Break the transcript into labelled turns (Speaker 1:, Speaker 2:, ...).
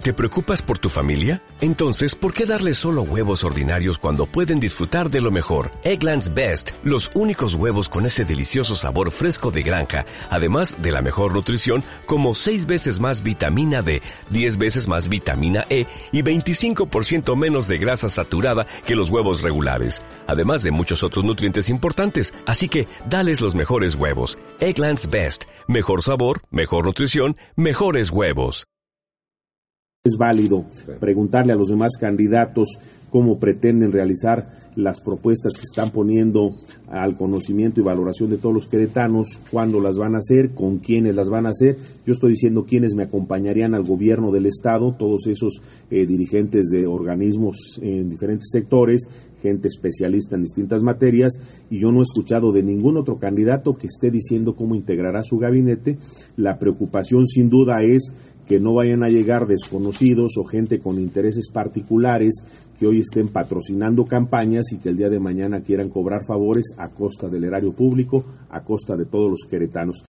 Speaker 1: ¿Te preocupas por tu familia? Entonces, ¿por qué darles solo huevos ordinarios cuando pueden disfrutar de lo mejor? Eggland's Best, los únicos huevos con ese delicioso sabor fresco de granja, además de la mejor nutrición, como 6 veces más vitamina D, 10 veces más vitamina E y 25% menos de grasa saturada que los huevos regulares, además de muchos otros nutrientes importantes. Así que, dales los mejores huevos. Eggland's Best, mejor sabor, mejor nutrición, mejores huevos.
Speaker 2: Es válido preguntarle a los demás candidatos cómo pretenden realizar las propuestas que están poniendo al conocimiento y valoración de todos los queretanos, cuándo las van a hacer, con quiénes las van a hacer. Yo estoy diciendo quiénes me acompañarían al gobierno del Estado, todos esos dirigentes de organismos en diferentes sectores, gente especialista en distintas materias, y yo no he escuchado de ningún otro candidato que esté diciendo cómo integrará su gabinete. La preocupación sin duda es que no vayan a llegar desconocidos o gente con intereses particulares que hoy estén patrocinando campañas y que el día de mañana quieran cobrar favores a costa del erario público, a costa de todos los queretanos.